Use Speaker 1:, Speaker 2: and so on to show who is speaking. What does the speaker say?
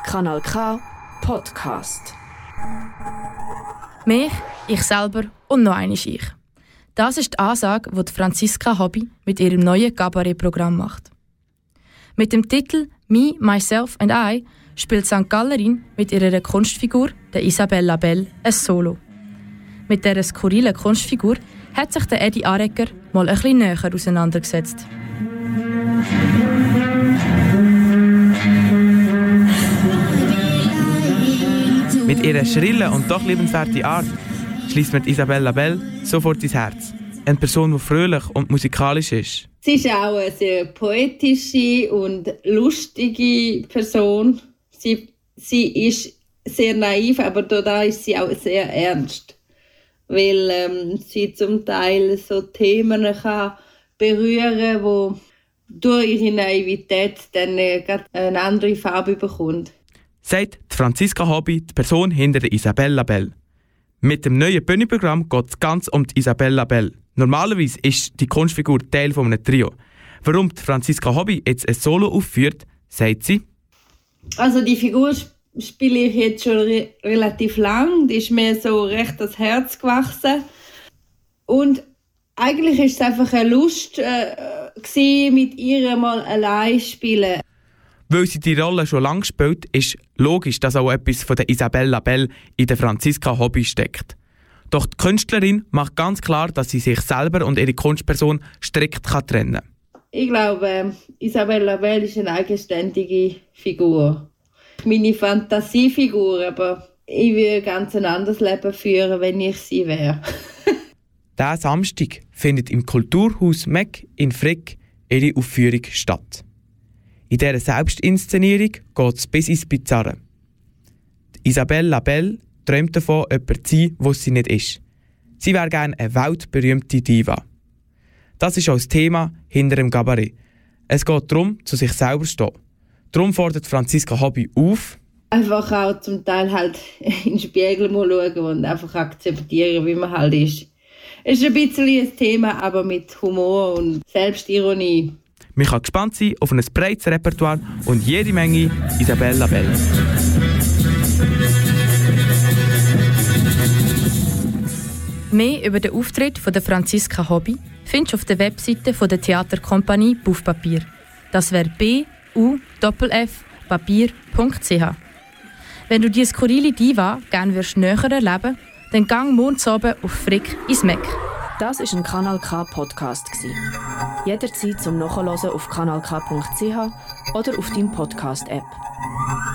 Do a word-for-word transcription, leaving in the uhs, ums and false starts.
Speaker 1: Kanal K Podcast.
Speaker 2: Mich, ich selber und noch einmal ich. Das ist die Ansage, die Franziska Hobby mit ihrem neuen Kabarettprogramm macht. Mit dem Titel «Me, Myself and I» spielt Sankt Gallerin mit ihrer Kunstfigur, der Isabelle Labelle, ein Solo. Mit dieser skurrilen Kunstfigur hat sich der Eddie Arecker mal ein bisschen näher auseinandergesetzt.
Speaker 3: Mit ihrer schrillen und doch liebenswerten Art schließt mir Isabelle Labelle sofort ins Herz. Eine Person, die fröhlich und musikalisch ist.
Speaker 4: Sie ist auch eine sehr poetische und lustige Person. Sie, sie ist sehr naiv, aber da ist sie auch sehr ernst. Weil ähm, sie zum Teil so Themen kann berühren kann, die durch ihre Naivität dann äh, eine andere Farbe bekommt.
Speaker 3: Sagt Franziska Hobby, die Person hinter der Isabelle Labelle. Mit dem neuen Bühnenprogramm geht es ganz um die Isabelle Labelle. Normalerweise ist die Kunstfigur Teil von einem Trio. Warum die Franziska Hobby jetzt ein Solo aufführt, sagt sie.
Speaker 4: Also die Figur spiele ich jetzt schon re- relativ lang. Die ist mir so recht ans Herz gewachsen. Und eigentlich war es einfach eine Lust, äh, gewesen, mit ihr mal allein zu spielen.
Speaker 3: Weil sie die Rolle schon lange spielt, ist logisch, dass auch etwas von der Isabelle Labelle in der Franziska Hobby steckt. Doch die Künstlerin macht ganz klar, dass sie sich selber und ihre Kunstperson strikt trennen kann.
Speaker 4: Ich glaube, Isabelle Labelle ist eine eigenständige Figur. Meine Fantasiefigur, aber ich würde ganz ein anderes Leben führen, wenn ich sie wäre.
Speaker 3: Diesen Samstag findet im Kulturhaus Meck in Frick ihre Aufführung statt. In dieser Selbstinszenierung geht es bis ins Bizarre. Die Isabelle Labelle träumt davon, jemand zu sein, was sie nicht ist. Sie wäre gerne eine weltberühmte Diva. Das ist auch das Thema hinter dem Kabarett. Es geht darum, zu sich selber zu stehen. Darum fordert Franziska Hobby auf,
Speaker 4: einfach auch zum Teil halt in den Spiegel mal schauen und einfach akzeptieren, wie man halt ist. Es ist ein bisschen ein Thema, aber mit Humor und Selbstironie.
Speaker 3: Man kann gespannt sein auf ein breites Repertoire und jede Menge Isabelle Labelle.
Speaker 2: Mehr über den Auftritt von der Franziska Hobby findest du auf der Webseite von der Theaterkompanie Buffpapier. Das wäre b u f f papier punkt c h. Wenn du die skurrile Diva gerne würdest näher erleben, dann gang morgen oben auf Frick ins Meck.
Speaker 1: Das war ein Kanal K Podcast. Jederzeit zum Nachhören auf kanal k punkt c h oder auf deinem Podcast-App.